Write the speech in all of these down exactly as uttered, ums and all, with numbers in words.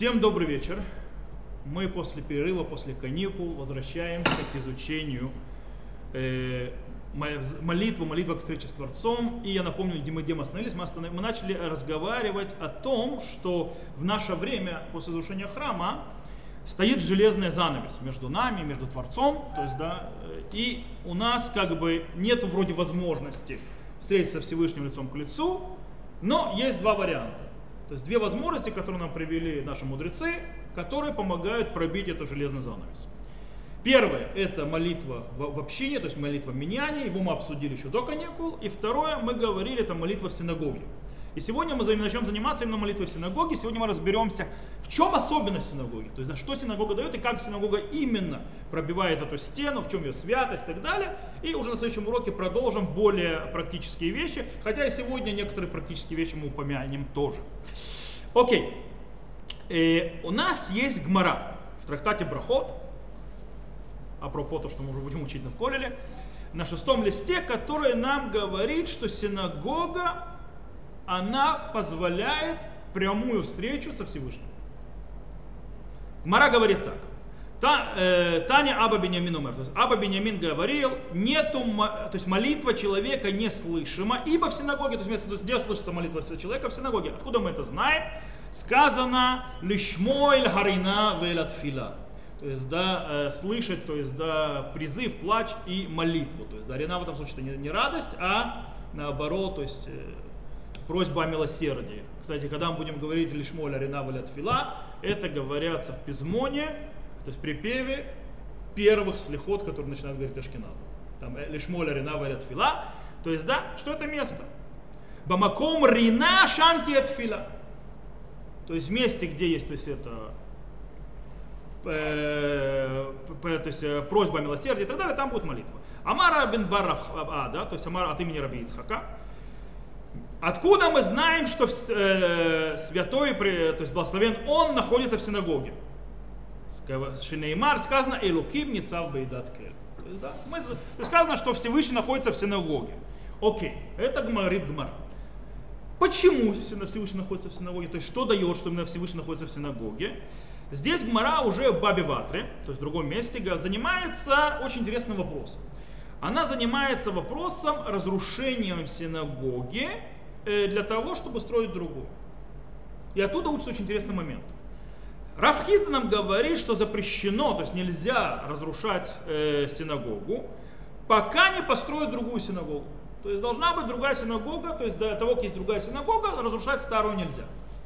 Всем добрый вечер. Мы после перерыва, после каникул возвращаемся к изучению э, молитвы, молитва к встрече с Творцом. И я напомню, где мы, где мы остановились. Мы, останов... мы начали разговаривать о том, что в наше время, после разрушения храма, стоит железный занавес между нами, между Творцом. То есть, да, и у нас как бы нет вроде возможности встретиться со Всевышним лицом к лицу, но есть два варианта. То есть две возможности, которые нам привели наши мудрецы, которые помогают пробить этот железный занавес. Первое – это молитва в общине, то есть молитва в миньяне, его мы обсудили еще до каникул. И второе, мы говорили, это молитва в синагоге. И сегодня мы начнем заниматься именно молитвой в синагоге. Сегодня мы разберемся, в чем особенность синагоги, то есть за что синагога дает и как синагога именно пробивает эту стену, в чем ее святость и так далее. И уже на следующем уроке продолжим более практические вещи, хотя и сегодня некоторые практические вещи мы упомянем тоже. Окей, э, у нас есть гмара в трактате Брахот, апропо того, что мы уже будем учить на вколеле, на шестом листе, который нам говорит, что синагога, она позволяет прямую встречу со Всевышним. Гмара говорит так. Та, э, Таня Аба Биньямин умер. То есть Аба Биньямин говорил, нету, то есть молитва человека неслышима, ибо в синагоге, то есть где слышится молитва человека? В синагоге. Откуда мы это знаем? Сказано лишмойль харина велатфила. То есть, да, э, слышать, то есть, да, призыв, плач и молитву. То есть, да, рина в этом случае это не, не радость, а наоборот, то есть, э, просьба о милосердии. Кстати, когда мы будем говорить лишмойль харина велатфила, это говорятся в пизмоне, то есть при припеве первых слихот, которые начинают говорить ашкеназы. Там лишмоля рина валят фила. То есть, да, что это место? Бамаком рина шанти эт фила. То есть в месте, где есть, то есть это э, то есть, э, просьба о милосердии и так далее, там будет молитва. Амара бен Барав, а, да, то есть Амар от имени Раби Ицхака. Откуда мы знаем, что э, святой, то есть благословен он, находится в синагоге? Шинеймар сказано Элуким ницав бейдат кель. То есть, да, мы, то есть сказано, что Всевышний находится в синагоге. Окей, это говорит Гмара. Почему Всевышний находится в синагоге? То есть что дает, что именно Всевышний находится в синагоге? Здесь Гмара уже в Баби Ватре, то есть в другом месте, занимается очень интересным вопросом. Она занимается вопросом разрушением синагоги для того, чтобы строить другую. И оттуда учится очень интересный момент. Рав Хизда нам говорит, что запрещено, то есть нельзя разрушать э, синагогу, пока не построят другую синагогу. То есть должна быть другая синагога, то есть до того, как есть другая синагога, разрушать старую нельзя.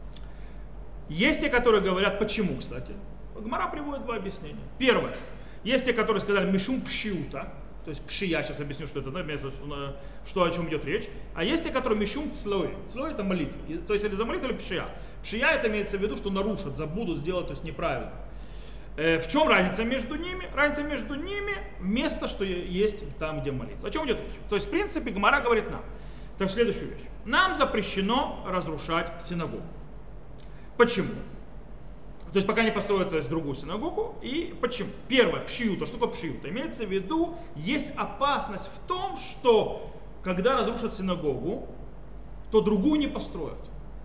Есть те, которые говорят, почему, кстати. Гмара приводит два объяснения. Первое. Есть те, которые сказали мишум пшиута, то есть пшия, сейчас объясню, что это, да, что, о чем идет речь. А есть те, которые мишум цлой. Цлой это молитва. То есть или за молитву, или пшия. Пшия это имеется в виду, что нарушат, забудут сделать, то есть неправильно. Э, в чем разница между ними? Разница между ними место, что есть там, где молиться. О чем идет речь? То есть в принципе Гмара говорит нам. Так, следующую вещь. Нам запрещено разрушать синагогу. Почему? То есть пока не построят, то есть, другую синагогу. И почему? Первое, пшиюта. Что такое пшиюта? Имеется в виду, есть опасность в том, что когда разрушат синагогу, то другую не построят.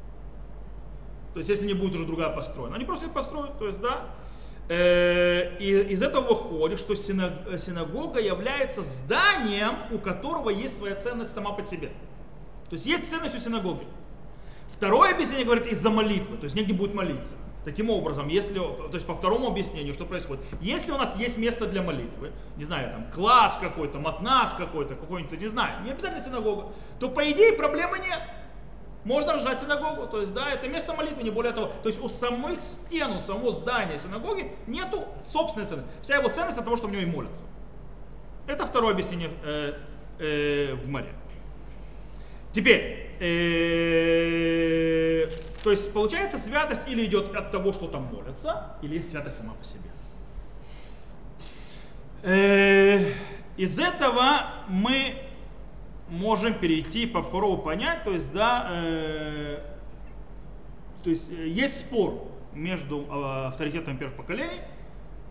То есть если не будет уже другая построена. Они просто не построят. То есть, да. И из этого выходит, что синагога является зданием, у которого есть своя ценность сама по себе. То есть есть ценность у синагоги. Второе объяснение говорит из-за молитвы. То есть негде будет молиться. Таким образом, если, то есть по второму объяснению, что происходит? Если у нас есть место для молитвы, не знаю, там класс какой-то, матнас какой-то, какой-нибудь, не знаю, не обязательно синагога, то по идее проблемы нет. Можно разжать синагогу, то есть, да, это место молитвы, не более того. То есть у самых стен, у самого здания синагоги нету собственной ценности. Вся его ценность от того, что в ней молятся. Это второе объяснение э, э, в Гмаре. Теперь, э, то есть получается святость или идет от того, что там молятся, или есть святость сама по себе. Э, из этого мы можем перейти, попробовать понять, то есть, да, э, то есть есть спор между э, авторитетами первых поколений,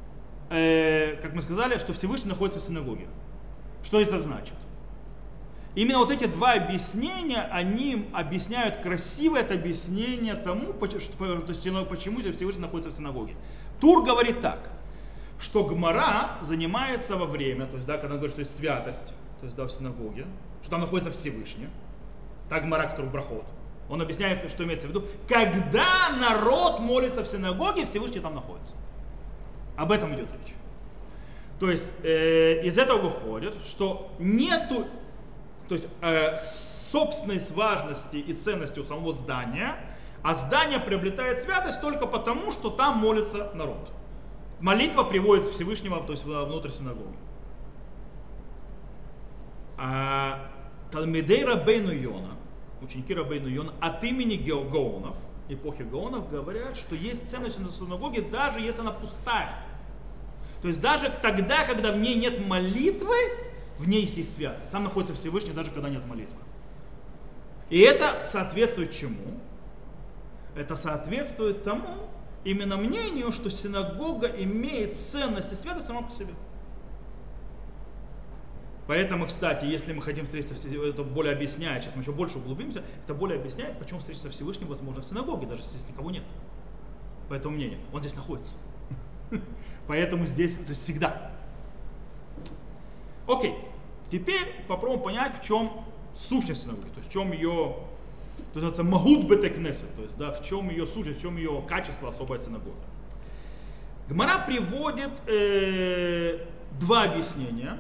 э, как мы сказали, что Всевышний находится в синагоге. Что это значит? именно вот эти два объяснения, они объясняют красивое это объяснение тому, почему Всевышний находится в синагоге. Тур говорит так, что Гмара занимается во время, то есть, да, когда он говорит, что есть святость, то есть, да, в синагоге, что там находится Всевышний, так Гмара, который в Брахот, он объясняет, что имеется в виду, когда народ молится в синагоге, Всевышний там находится. Об этом идет речь. То есть, э, из этого выходит, что нету, то есть, э, собственной важности и ценности у самого здания, а здание приобретает святость только потому, что там молится народ. Молитва приводит Всевышнего, то есть внутрь синагоги. А Талмидей Рабейну Йона, ученики Рабейну Йона, от имени Гаонов, эпохи Гаонов, говорят, что есть ценность на синагоге, даже если она пустая. То есть даже тогда, когда в ней нет молитвы, в ней есть святость. Там находится Всевышний, даже когда нет молитвы. И это соответствует чему? Это соответствует тому, именно мнению, что синагога имеет ценность и святость сама по себе. Поэтому, кстати, если мы хотим встретиться, это более объясняет, сейчас мы еще больше углубимся, это более объясняет, почему встретиться Всевышним возможно в синагоге, даже если никого нет. По этому мнению. Он здесь находится. Поэтому здесь, то есть всегда. Окей. Теперь попробуем понять, в чем сущность синагоги, то есть в чем ее, то есть магут бетекнесет, то есть да, в чем ее сущность, в чем ее качество особая синагога. Гмара приводит э, два объяснения.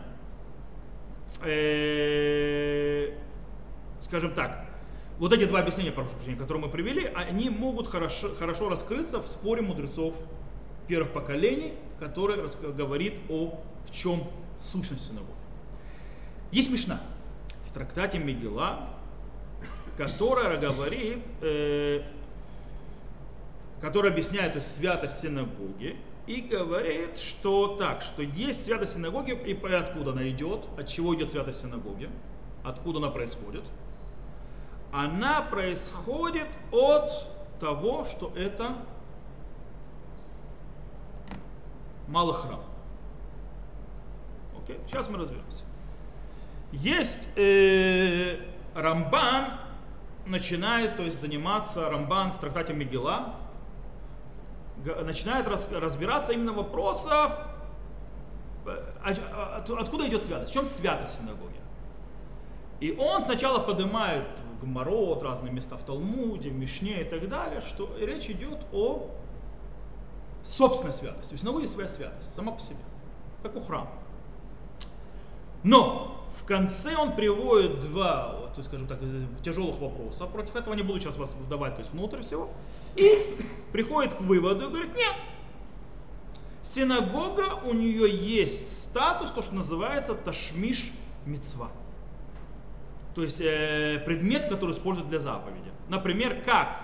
Э, скажем так, вот эти два объяснения, прошу прощения, которые мы привели, они могут хорошо, хорошо раскрыться в споре мудрецов первых поколений, который говорит о в чем сущность синагоги. Есть Мишна в трактате Мегилла, которая говорит, э, которая объясняет, то есть, святость синагоги, и говорит, что так, что есть святость синагоги, и откуда она идет, от чего идет святость синагоги, откуда она происходит. Она происходит от того, что это малый храм. Окей, сейчас мы разберемся. Есть э, Рамбан, начинает, то есть, заниматься, Рамбан в трактате Мегилла, начинает раз, разбираться именно вопросов, от, откуда идет святость, в чем святость синагоги. И он сначала поднимает Гмарот, разные места в Талмуде, в Мишне и так далее, что речь идет о собственной святости. У синагоги своя святость, сама по себе, как у храма. Но в конце он приводит два, то есть, скажем так, тяжелых вопроса. Против этого не буду сейчас вас вдавать, то есть внутрь всего. И приходит к выводу и говорит, нет, синагога, у нее есть статус, то, что называется ташмиш мицва. То есть э, предмет, который используют для заповеди. Например, как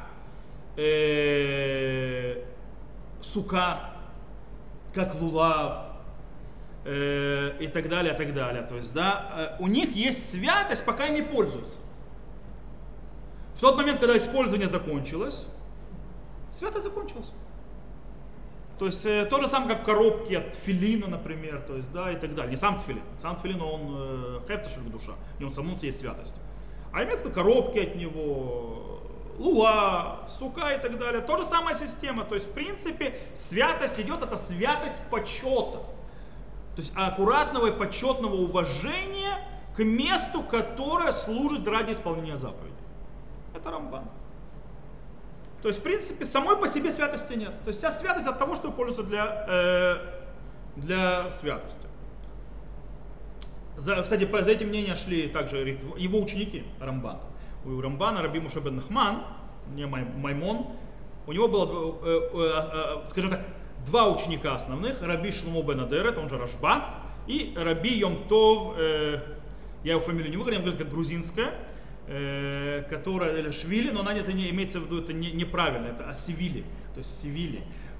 э, сука, как лулав, и так далее, и так далее. То есть, да, у них есть святость, пока ими пользуются. В тот момент, когда использование закончилось, святость закончилась. То есть, то же самое, как коробки от тфилина, например, то есть, да, и так далее. Не сам тфилин. Сам тфилин, он хефташик душа, и он самому есть святость. А имеется коробки от него, луа, сука и так далее. То же самая система. То есть, в принципе, святость идет, это святость почета. То есть аккуратного и почетного уважения к месту, которое служит ради исполнения заповедей. Это Рамбан. То есть, в принципе, самой по себе святости нет. То есть вся святость от того, что пользуется для, э, для святости. За, кстати, за этим мнением шли также его ученики Рамбана. У Рамбана Раби Моше бен Нахман, не Маймон, у него было, э, э, э, скажем так, два ученика основных, Раби Шломо бен Адерет, он же Рашба, и Раби Йом Тов, э, я его фамилию не выговорю, я говорю, как грузинская, э, которая, или Швили, но она это не имеется в виду, это не, неправильно, это Асивили, то есть Сивили.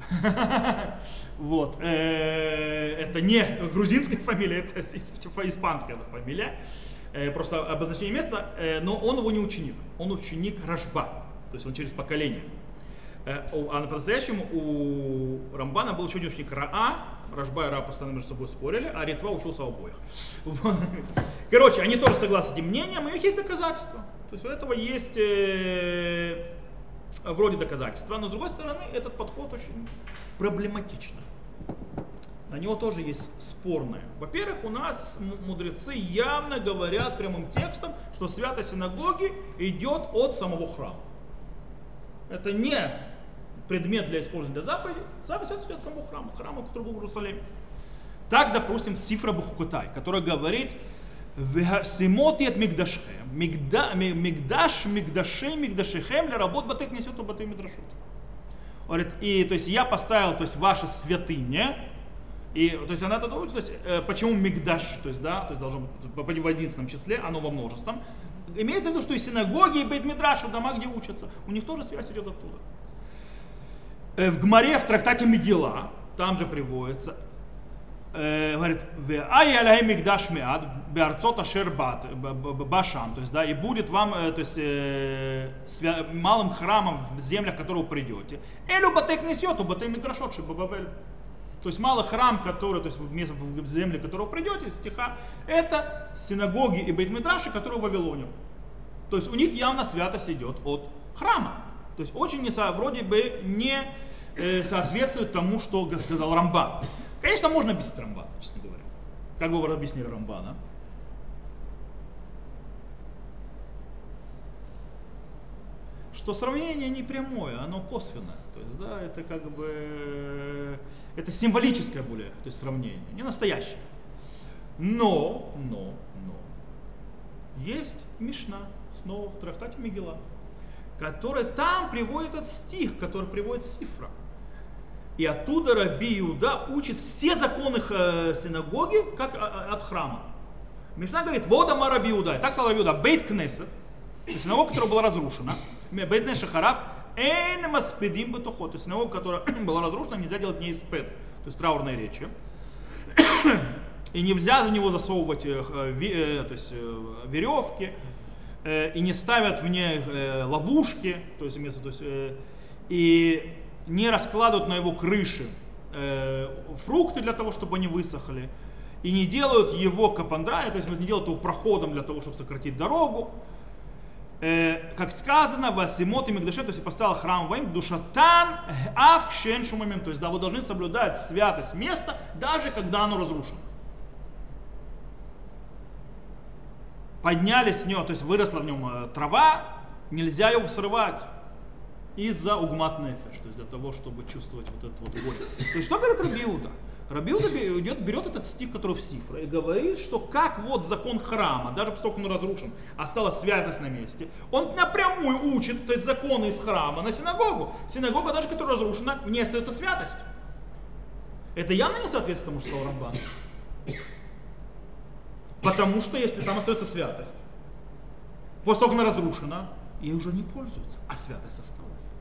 Вот. Это не грузинская фамилия, это испанская фамилия, просто обозначение места, но он его не ученик, он ученик Рашба, то есть он через поколение. А по-настоящему у Рамбана был еще один ученик Раа, Рашба и Рав постоянно между собой спорили, а Ритва учился у обоих. Короче, они тоже согласны с этим мнением, и у них есть доказательства. То есть у этого есть э, вроде доказательства, но с другой стороны этот подход очень проблематичный. На него тоже есть спорное. Во-первых, у нас мудрецы явно говорят прямым текстом, что святость синагоги идет от самого храма. Это не предмет для использования для заповеди, заповедь святость идет от самого храма, храма, который был в Иерусалиме. Так, допустим, в Сифра Бахукотай, который говорит «Симотиет мигдашхем, мигдаш, мигдашей, мигдашихем, для работ батык несет баты мидрашут». Говорит, и то есть я поставил, то есть ваши святыни. И, то есть она тогда, то есть, э, почему мигдаш, то есть, да, то есть должно быть в одиннадцатом числе, оно во множественном. Имеется в виду, что и синагоги, и бейт-мидраши, дома, где учатся, у них тоже связь идет оттуда. Э, в Гмаре, в трактате Мегила, там же приводится, э, говорит, «Ай аляй мигдаш меад, беарцот ашер башам», то есть, да, и будет вам, э, то есть, э, свя- малым храмом в землях, в которые вы придете. Элю батек несет, у батей мидрашот, шибабавель. То есть малый храм, который, то есть место в земле, в которого придете, из стиха, это синагоги и бейт-мидраши, которые в Вавилоне. То есть у них явно святость идет от храма. То есть очень не, вроде бы не э, соответствует тому, что сказал Рамбан. Конечно, можно объяснить Рамбана, честно говоря. Как бы вы объяснили Рамбана? Что сравнение не прямое, оно косвенное. То есть, да, это как бы это символическое более, то есть сравнение, не настоящее. Но, но, но есть Мишна, снова в трактате Мегила, который там приводит этот стих, который приводит Сифра. И оттуда Раби Иуда учит все законы синагоги, как от храма. Мишна говорит, вот ама Раби Иуда. Так сказал Раби Иуда, бейт кнесет, синагога, которая была разрушена, бейт нешахарав, эйн маспедим бетухо, то есть синагога, которая была разрушена, нельзя делать не спед, то есть траурные речи. И нельзя в него засовывать то есть, веревки, и не ставят в ней ловушки, то есть, то есть, и не раскладывают на его крыше фрукты для того, чтобы они высохли, и не делают его капандрай, то есть не делают его проходом для того, чтобы сократить дорогу. Как сказано, васимот и мигдаше, то есть поставил храм во имя душатан аф шеншу момент, то есть да, вы должны соблюдать святость места, даже когда оно разрушено. Подняли с него, то есть выросла в нем трава, нельзя его срывать из-за угмат нефеш, то есть для того, чтобы чувствовать вот это вот горе. То есть что говорит Раби Иуда? Раби Иуда берет, берет этот стих, который в Сифра, и говорит, что как вот закон храма, даже поскольку он разрушен, осталась святость на месте, он напрямую учит, то есть законы из храма на синагогу. Синагога, даже которая разрушена, не остается святость. Это явно не соответствует тому, что сказал Рамбан. Потому что если там остается святость, после того, как она разрушена, ей уже не пользуются, а святость осталась.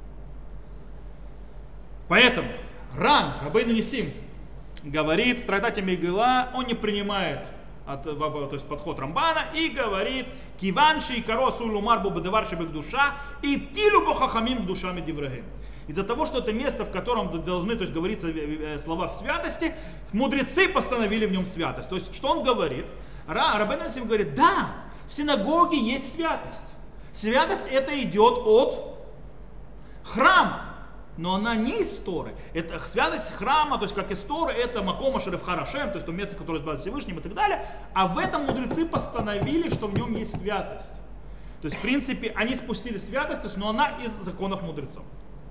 Поэтому Ран, Рабейну Нисим, говорит в трактате Мегила, он не принимает от, то есть подход Рамбана и говорит киванши и коросу лумар бубадеварши бек душа и тилу бохахамим душами диврагим. Из-за того, что это место, в котором должны, то есть, говориться слова в святости, мудрецы постановили в нем святость. То есть, что он говорит? Рабейну Нисим говорит, да, в синагоге есть святость. Святость это идет от храма. Но она не из Торы. Это святость храма, то есть как из Торы, это Макома Шереф Харашем, то есть то место, которое избавит Всевышним и так далее. А в этом мудрецы постановили, что в нем есть святость. То есть в принципе они спустили святость, то есть, но она из законов мудрецов.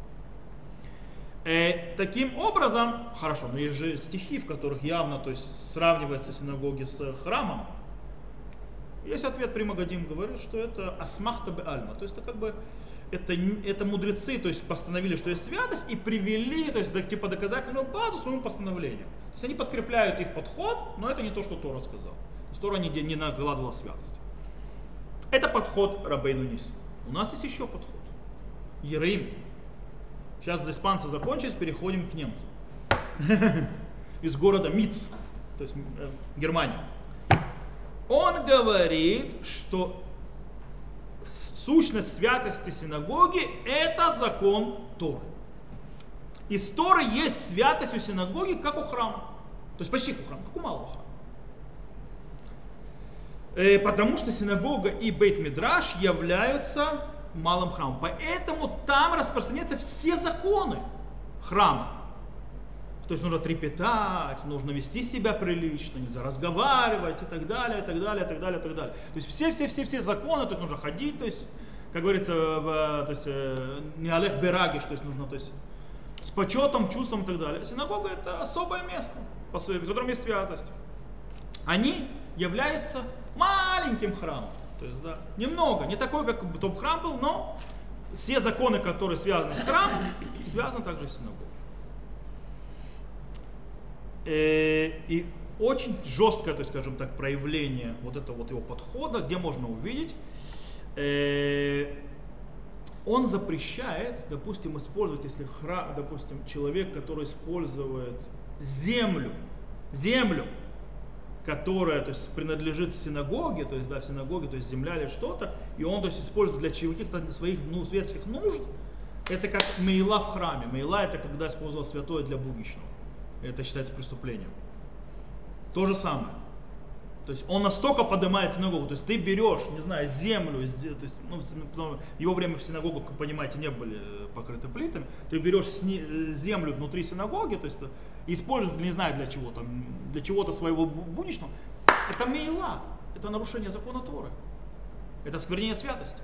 Э, таким образом, хорошо, но есть же стихи, в которых явно то есть, сравнивается синагоги с храмом. Есть ответ При Магадим, говорит, что это асмахта бе альма, то есть это как бы Это, это мудрецы, то есть постановили, что есть святость, и привели, то есть типа доказательную базу своему постановлению. То есть они подкрепляют их подход, но это не то, что Тора сказал. То есть Тора не, не накладывала святость. Это подход Рабейну Нисим. У нас есть еще подход. Ереим. Сейчас испанцы закончились, переходим к немцам. Из города Миц, то есть Германия. Он говорит, что сущность святости синагоги – это закон Торы. Из Торы есть святость у синагоги, как у храма. То есть почти как у храма, как у малого храма. Э, потому что синагога и бейт-мидраш являются малым храмом. Поэтому там распространяются все законы храма. То есть нужно трепетать, нужно вести себя прилично, нельзя разговаривать и так далее, и так далее, и так далее, и так далее. То есть все-все-все-все законы, то есть нужно ходить, то есть, как говорится, то есть, не алех берагиш, то есть нужно, то есть, с почетом, чувством и так далее. Синагога — это особое место, в котором есть святость. Они являются маленьким храмом. То есть, да, немного, не такой, как топ-храм был, но все законы, которые связаны с храмом, связаны также с синагогой. И очень жесткое, то есть, скажем так, проявление вот этого вот его подхода, где можно увидеть, он запрещает, допустим, использовать, если храм, допустим, человек, который использует землю, землю, которая, то есть, принадлежит синагоге, то есть, да, в синагоге, то есть земля или что-то, и он, то есть, использует для каких-то своих, ну, светских нужд, это как мейла в храме. Мейла — это когда использовал святое для будничного. Это считается преступлением. То же самое. То есть он настолько поднимает синагогу, то есть ты берешь, не знаю, землю, то есть, ну, в его время в синагогу, как вы понимаете, не были покрыты плитами, ты берешь землю внутри синагоги, то есть используешь, не знаю для чего, там, для чего-то своего будничного, это мейла, это нарушение закона Торы, это осквернение святости.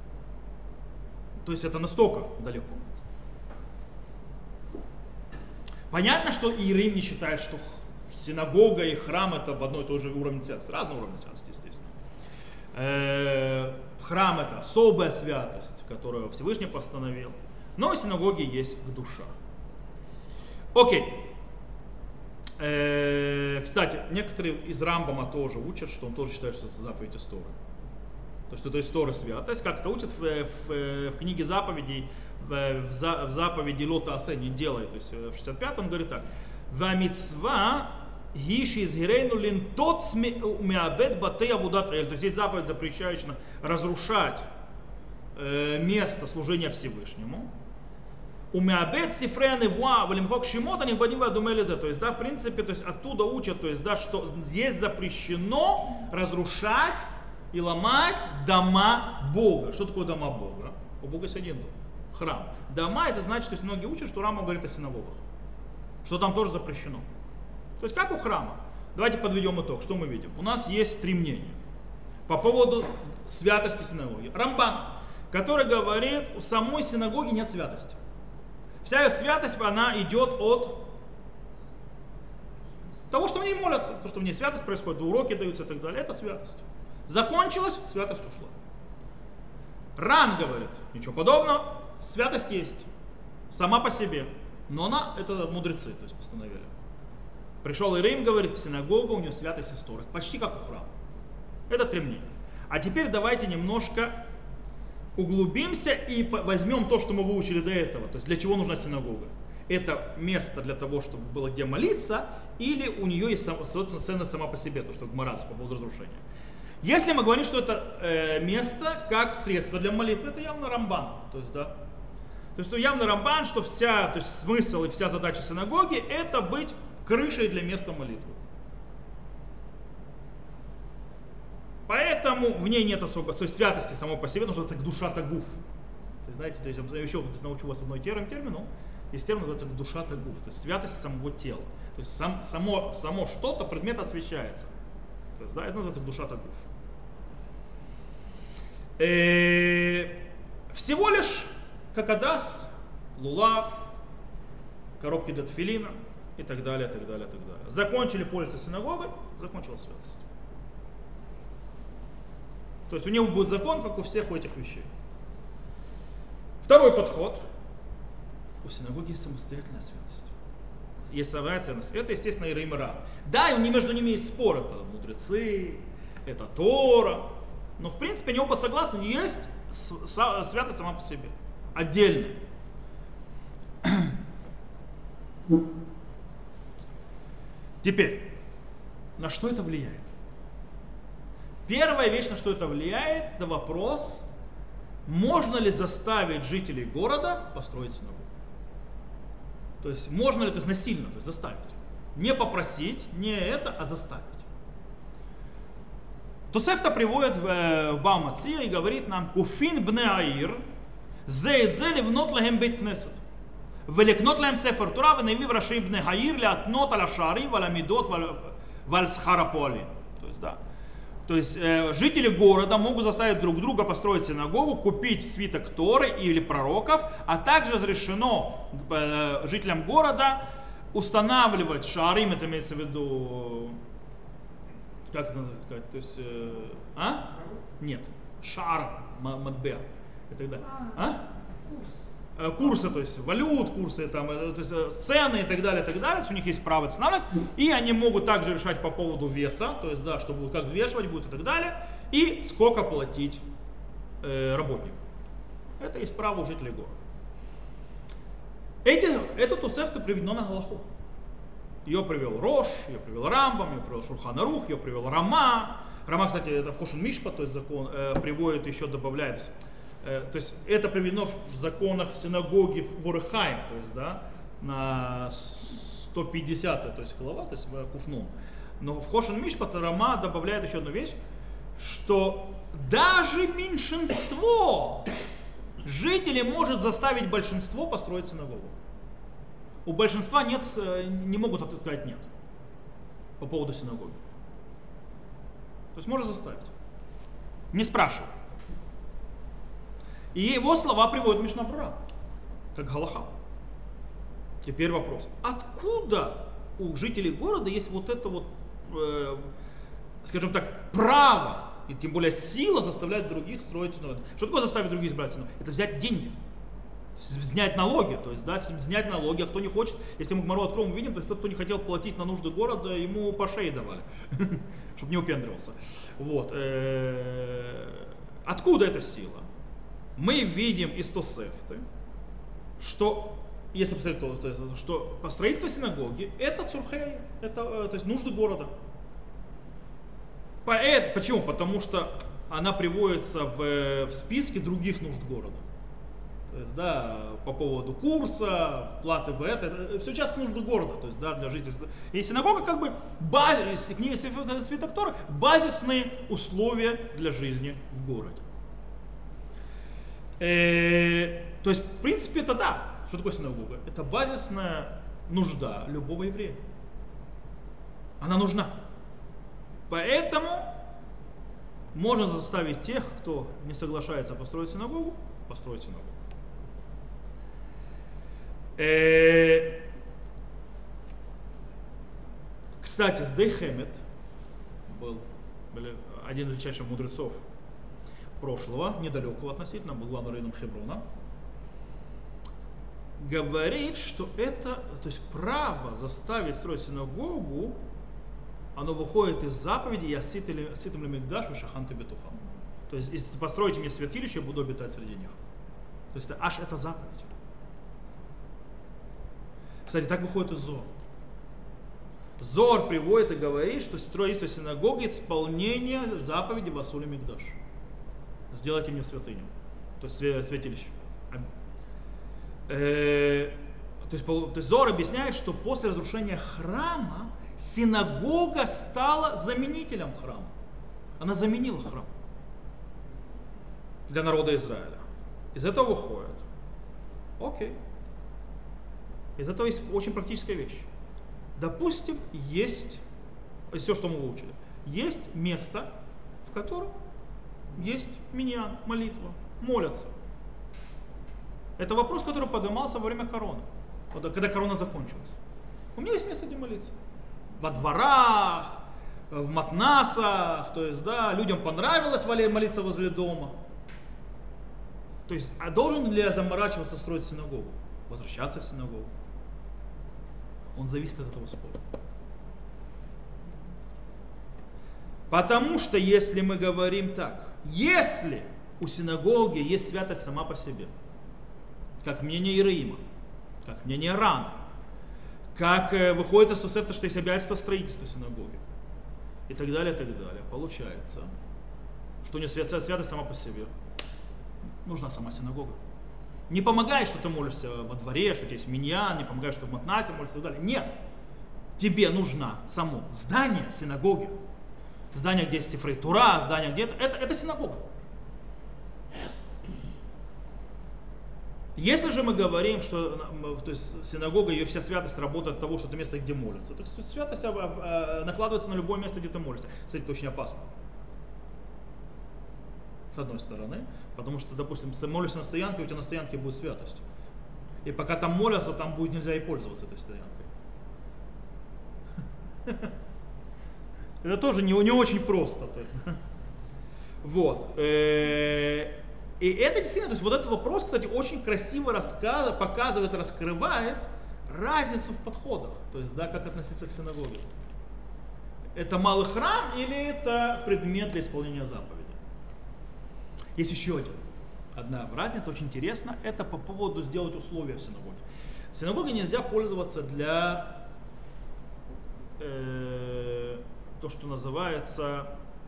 То есть это настолько далеко. Понятно, что Иерим не считает, что синагога и храм — это в одной и той же уровне святости. Разные уровни святости, естественно. Э-э- храм — это особая святость, которую Всевышний постановил. Но в синагоге есть душа. Окей. Э-э- кстати, некоторые из Рамбама тоже учат, что он тоже считает, что это заповедь из Торы. То, что это из Торы святость, как это учат в, в, в книге заповедей, в, в заповеди Лота Асе, не делай. То есть в шестьдесят пятом говорит так. Вамицва гиши изгирейну линтот меабед батей авудат эль. То есть есть заповедь, запрещающая разрушать э, место служения Всевышнему. У меабед сифрены вуа валимхок шимот они бадива думелизе. То есть, да, в принципе, то есть оттуда учат, то есть, да, что здесь запрещено разрушать и ломать дома Бога. Что такое дома Бога? У Бога есть один дом. Храм. Дома — это значит, то есть многие учат, что Рама говорит о синагогах. Что там тоже запрещено. То есть как у храма. Давайте подведем итог. Что мы видим? У нас есть три мнения по поводу святости синагоги. Рамбан, который говорит, у самой синагоги нет святости. Вся ее святость, она идет от того, что в ней молятся. То, что в ней святость происходит, уроки даются и так далее. Это святость. Закончилась, святость ушла. Ран говорит, ничего подобного, святость есть, сама по себе, но она, это мудрецы, то есть постановили. Пришел Иерим, говорит, синагога, у нее святость из Торы, почти как у храма. Это три мнения. А теперь давайте немножко углубимся и возьмем то, что мы выучили до этого, то есть для чего нужна синагога. Это место для того, чтобы было где молиться, или у нее есть, собственно, сцена сама по себе, то, что Гмара по поводу разрушения. Если мы говорим, что это э, место как средство для молитвы, это явно Рамбан. То есть, да, то есть явно Рамбан, что вся, то есть смысл и вся задача синагоги — это быть крышей для места молитвы. Поэтому в ней нет особой, то есть святости само по себе, нужно называться душа тагуф. Знаете, то есть я еще научу вас одной термин, термину. Есть термин, называется душа тагуф, то есть святость самого тела. То есть сам, само, само что-то, предмет освящается. То есть, да, это называется душа тагуф. Всего лишь какадас, лулав, коробки для тфилина и так далее, так далее, так далее. Закончили пользоваться синагогой, закончилась святость. То есть у него будет закон, как у всех у этих вещей. Второй подход. У синагоги есть самостоятельная святость. Есть своя ценность. Это, естественно, Иерим и Рав. Да, и между ними есть спор. Это мудрецы, это Тора. Но, в принципе, они оба согласны. Есть святость сама по себе. Отдельно. Теперь, на что это влияет? Первая вещь, на что это влияет, это вопрос, можно ли заставить жителей города построить синагогу. То есть, можно ли, то есть насильно, то есть заставить. Не попросить, не это, а заставить. Тосефта приводит в, в Баумацир и говорит нам: Куфин бне аир, зейд зели внот лахем бейт кнесет. Великнот лахем сефер тура, веневи в рашей бне аир, леатнот аля шари, валя мидот, валь схара поали. То есть, да. То есть э, жители города могут заставить друг друга построить синагогу, купить свиток Торы или пророков, а также разрешено э, жителям города устанавливать шарим, это имеется в виду, как это называется сказать, то есть, э, а? Нет, шар, матбе, и так далее. А? Курсы, то есть валют, курсы, там, то есть цены и так далее, и так далее, у них есть право устанавливать, и они могут также решать по поводу веса, то есть, да, что будут, как взвешивать будет и так далее, и сколько платить э, работникам. Это есть право у жителей города. Эти, это Тосефта приведено на Галаху. Ее привел Рош, ее привел Рамбам, ее привел Шулхан Арух, ее привел Рама. Рама, кстати, это в Хошен Мишпат, то есть закон, э, приводит, еще добавляет. Э, то есть это приведено в законах синагоги в Орехаим, то есть, да, на сто пятидесятая, то есть глава, то есть в Куфну. Но в Хошен Мишпат Рама добавляет еще одну вещь, что даже меньшинство жителей может заставить большинство построить синагогу. У большинства нет, не могут сказать нет по поводу синагоги. То есть можно заставить. Не спрашивай. И его слова приводит Мишна Брура, как Галаха. Теперь вопрос. Откуда у жителей города есть вот это вот, э, скажем так, право, и тем более сила заставлять других строить синагогу? Что такое заставить других избрать синагогу? Это взять деньги. Снять налоги, то есть, да, снять налоги, а кто не хочет, если мы Гмару откроем, увидим, то есть тот, кто не хотел платить на нужды города, ему по шее давали, чтобы не упендривался. Вот. Откуда эта сила? Мы видим из Тосефты, что, если посмотреть, то, что строительство синагоги это цурхей, это, то есть нужды города. Поэт, почему? Потому что она приводится в, в списке других нужд города. То есть, да, по поводу курса, платы в это, это все часто нужды города, то есть, да, для жизни. И синагога как бы, базис, книга Свиток Торы, базисные условия для жизни в городе. Э, то есть, в принципе, это да. Что такое синагога? Это базисная нужда любого еврея. Она нужна. Поэтому можно заставить тех, кто не соглашается построить синагогу, построить синагогу. Э, кстати, Сдей Хемет был, был один из величайших мудрецов прошлого, недалекого относительно, был главным раввином Хеврона. Говорит, что это, то есть право заставить строить синагогу, оно выходит из заповеди «Яситем ле микдаш вешаханте бетухам». То есть, если построите мне святилище, я буду обитать среди них. То есть, аж это заповедь. Кстати, так выходит из Зор. Зор приводит и говорит, что строительство синагоги – исполнение заповеди Басули Микдаш. Сделайте мне святыню. То есть святилище. Э, то, есть, то есть Зор объясняет, что после разрушения храма синагога стала заменителем храма. Она заменила храм для народа Израиля. Из этого выходит. Окей. Из этого есть очень практическая вещь. Допустим, есть, все, что мы выучили, есть место, в котором есть миньян, молитва, молятся. Это вопрос, который поднимался во время короны, когда корона закончилась. У меня есть место, где молиться. Во дворах, в матнасах, то есть, да, людям понравилось молиться возле дома. То есть, а должен ли я заморачиваться строить синагогу? Возвращаться в синагогу? Он зависит от этого спора. Потому что если мы говорим так, если у синагоги есть святость сама по себе, как мнение Иероима, как мнение Рана, как э, выходит из Тосефта, что есть обязательство строительства синагоги, и так далее, и так далее, получается, что у нее святость, святость сама по себе. Нужна сама синагога. Не помогает, что ты молишься во дворе, что у тебя есть миньян, не помогает, что в матнасе молишься и так далее. Нет. тебе нужно само здание синагоги, здание, где есть Сифрей Тура, здание где-то, это, это синагога. Если же мы говорим, что то есть, синагога, ее вся святость работает от того, что это место, где молятся, то святость накладывается на любое место, где ты молишься. Кстати, это очень опасно. С одной стороны, потому что, допустим, ты молишься на стоянке, у тебя на стоянке будет святость. И пока там молятся, там будет нельзя и пользоваться этой стоянкой. Это тоже не, не очень просто. То есть, вот. И это действительно, то есть вот этот вопрос, кстати, очень красиво рассказывает, показывает, раскрывает разницу в подходах. То есть, да, как относиться к синагоге. Это малый храм или это предмет для исполнения заповеди? Есть еще один. Одна разница, очень интересна, это по поводу сделать условия в синагоге. В синагоге нельзя пользоваться для э, то, что называется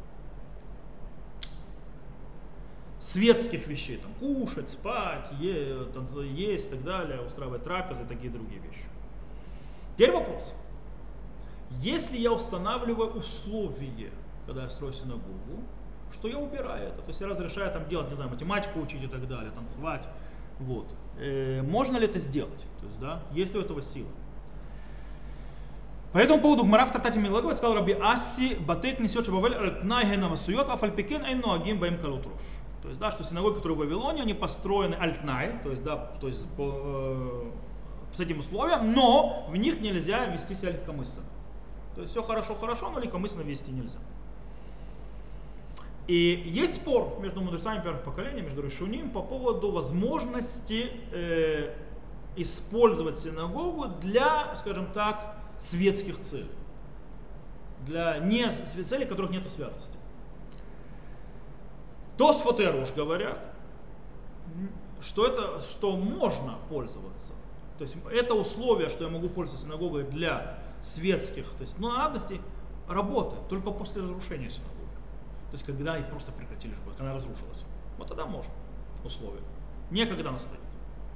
светских вещей, там, кушать, спать, е, есть и так далее, устраивать трапезы и такие другие вещи. Теперь вопрос. Если я устанавливаю условия, когда я строю синагогу, что я убираю это, то есть я разрешаю там делать, не знаю, математику учить и так далее, танцевать, вот. Э, можно ли это сделать? То есть, да, есть ли у этого сила? По этому поводу Гмара в Трактате Милагот сказал Раби Асси, батейк несет шабавель альтнай генава сует, афальпикен эйну агим баим калут рош. То есть, да, что синагоги, которые в Вавилоне, они построены альтнай, то есть, да, то есть по, э, с этим условием, но в них нельзя вести себя легкомысленно. То есть все хорошо-хорошо, но легкомысленно вести нельзя. И есть спор между мудрецами первых поколений, между решуним, по поводу возможности э, использовать синагогу для, скажем так, светских целей. Для не целей, которых нет святости. Тосфот и Аруш говорят, что, это, что можно пользоваться. То есть это условие, что я могу пользоваться синагогой для светских, то есть, ну, надобностей, работает только после разрушения синагоги. То есть, когда и просто прекратили жить, когда она разрушилась. Вот тогда можно условия. Не когда она стоит.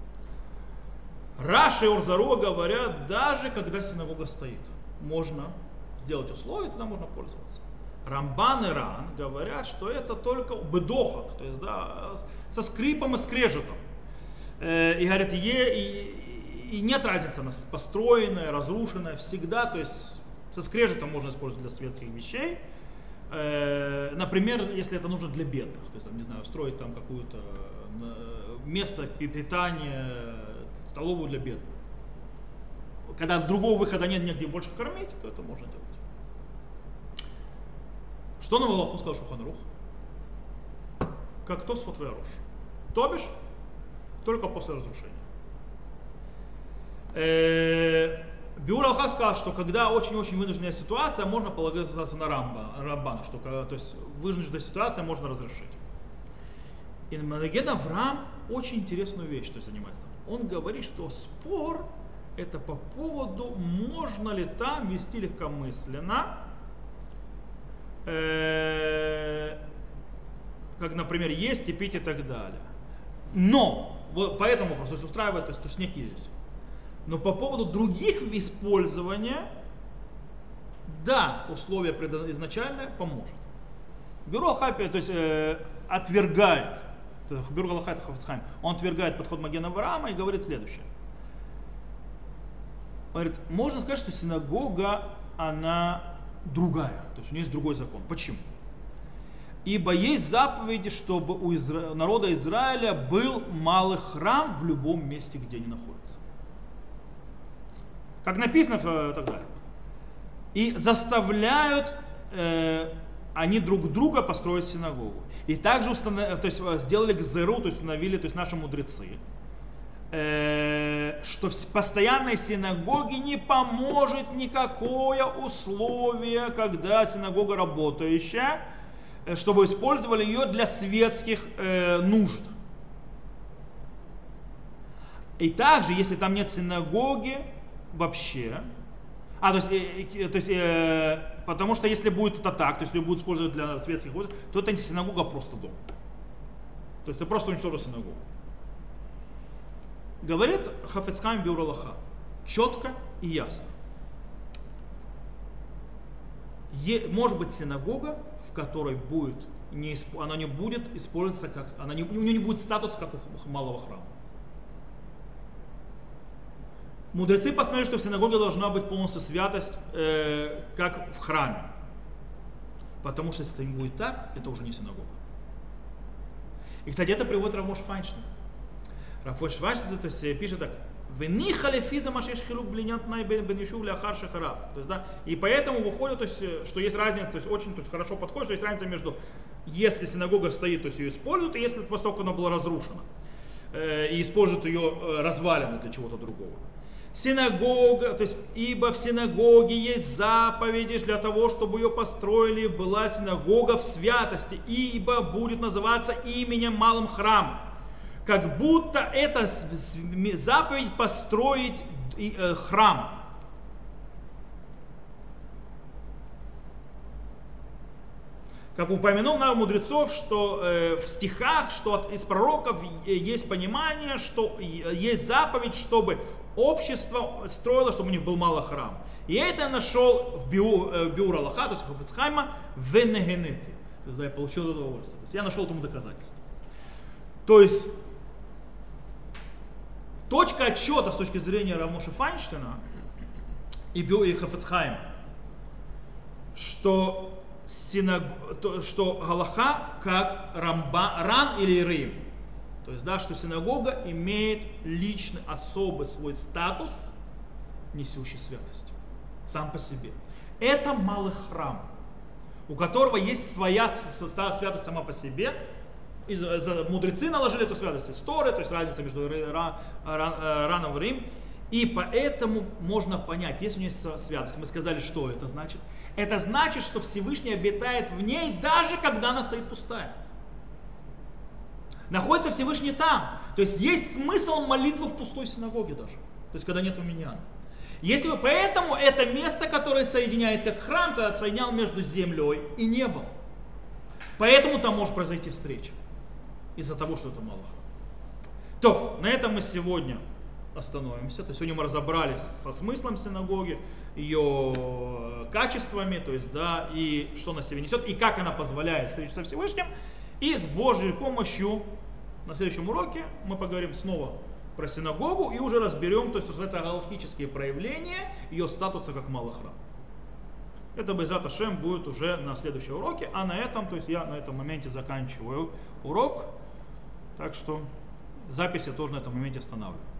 Раши и Орзаро говорят, даже когда синагога стоит, можно сделать условия, тогда можно пользоваться. Рамбан и Ран говорят, что это только бедохак, то есть, да, со скрипом и скрежетом. И говорят, и, и, и нет разницы, она построенная, разрушенная, всегда, то есть со скрежетом можно использовать для светских вещей. Например, если это нужно для бедных, то есть, там, не знаю, строить там какое-то место питания, столовую для бедных. Когда другого выхода нет, негде больше кормить, то это можно делать. Что на Аллаху сказал Шулхан Арух? Как Тосфот и Аруш. То бишь, только после разрушения. Биур Аллаха сказал, что когда очень-очень вынужденная ситуация, можно полагаться на Рамба, Рамбана, что то есть вынужденная ситуация можно разрешить. И Маген Авраам очень интересную вещь, то есть занимается. Он говорит, что спор это по поводу, можно ли там вести легкомысленно, э, как, например, есть и пить и так далее. Но, вот по этому вопросу, то есть устраивает, то есть, то есть некий здесь. Но по поводу других использования, да, условие изначальное поможет. Бюро Аллаха, то есть э, отвергает, Бюро Аллаха это Хафец Хаим, он отвергает подход Магена Авраама и говорит следующее. Говорит, можно сказать, что синагога, она другая, то есть у нее есть другой закон. Почему? Ибо есть заповеди, чтобы у Изра... народа Израиля был малый храм в любом месте, где они находятся. Как написано и так далее. И заставляют э, они друг друга построить синагогу. И также установ... то есть, сделали гзеру, то есть установили, то есть наши мудрецы, э, что в постоянной синагоге не поможет никакое условие, когда синагога работающая, чтобы использовали ее для светских э, нужд. И также, если там нет синагоги вообще, а, то есть, э, то есть э, потому что если будет это так, то есть ее будут использовать для светских нужд, то это не синагога, а просто дом. То есть ты просто уничтожил синагогу. Говорит Хафец Хаим Биур Аллаха четко и ясно. Е, может быть синагога, в которой будет, не, она не будет использоваться как, она не, у нее не будет статуса как у малого храма. Мудрецы постановили, что в синагоге должна быть полностью святость, э, как в храме. Потому что если это не будет так, это уже не синагога. И, кстати, это приводит Рав Моше Файнштейн. Рав Моше Файнштейн, то есть, пишет так: то есть, да, и поэтому выходит, то есть, что есть разница, то есть очень то есть, хорошо подходит, что есть разница между, если синагога стоит, то есть ее используют, и если после того, как она была разрушена, э, и используют ее э, развалины для чего-то другого. Синагога, то есть, ибо в синагоге есть заповеди для того, чтобы ее построили, была синагога в святости, ибо будет называться именем малым храмом. Как будто это заповедь построить храм. Как упомянул нам мудрецов, что э, в стихах, что от, из пророков есть понимание, что есть заповедь, чтобы общество строило, чтобы у них был мало храм. И это я нашел в Биур э, Алаха, то есть в Хафец Хаима, в Негенете. То есть да, я получил удовольствие. То есть я нашел этому доказательство. То есть точка отсчета с точки зрения Рав Моше Файнштейна и, и Хафец Хаима, что Синаг... что Галаха как Рамба... Ран или Рим. То есть, да, что синагога имеет личный, особый свой статус, несущий святость. Сам по себе. Это малый храм, у которого есть своя святость сама по себе. И мудрецы наложили эту святость из Торы, то есть разница между Раном и Рим. И поэтому можно понять, если у нее есть святость, мы сказали, что это значит. Это значит, что Всевышний обитает в ней, даже когда она стоит пустая. Находится Всевышний там. То есть есть смысл молитвы в пустой синагоге даже. То есть когда нет миньяна. Если вы, поэтому это место, которое соединяет, как храм, когда соединял между землей и небом. Поэтому там может произойти встреча. Из-за того, что это мало. То, на этом мы сегодня остановимся. То есть сегодня мы разобрались со смыслом синагоги, ее качествами, то есть, да, и что она себе несет, и как она позволяет встретиться со Всевышним. И с Божьей помощью на следующем уроке мы поговорим снова про синагогу и уже разберем, то есть, что называется, галахические проявления ее статуса как малый храм. Это Бейзат Ашем будет уже на следующем уроке, а на этом, то есть я на этом моменте заканчиваю урок, так что запись я тоже на этом моменте останавливаю.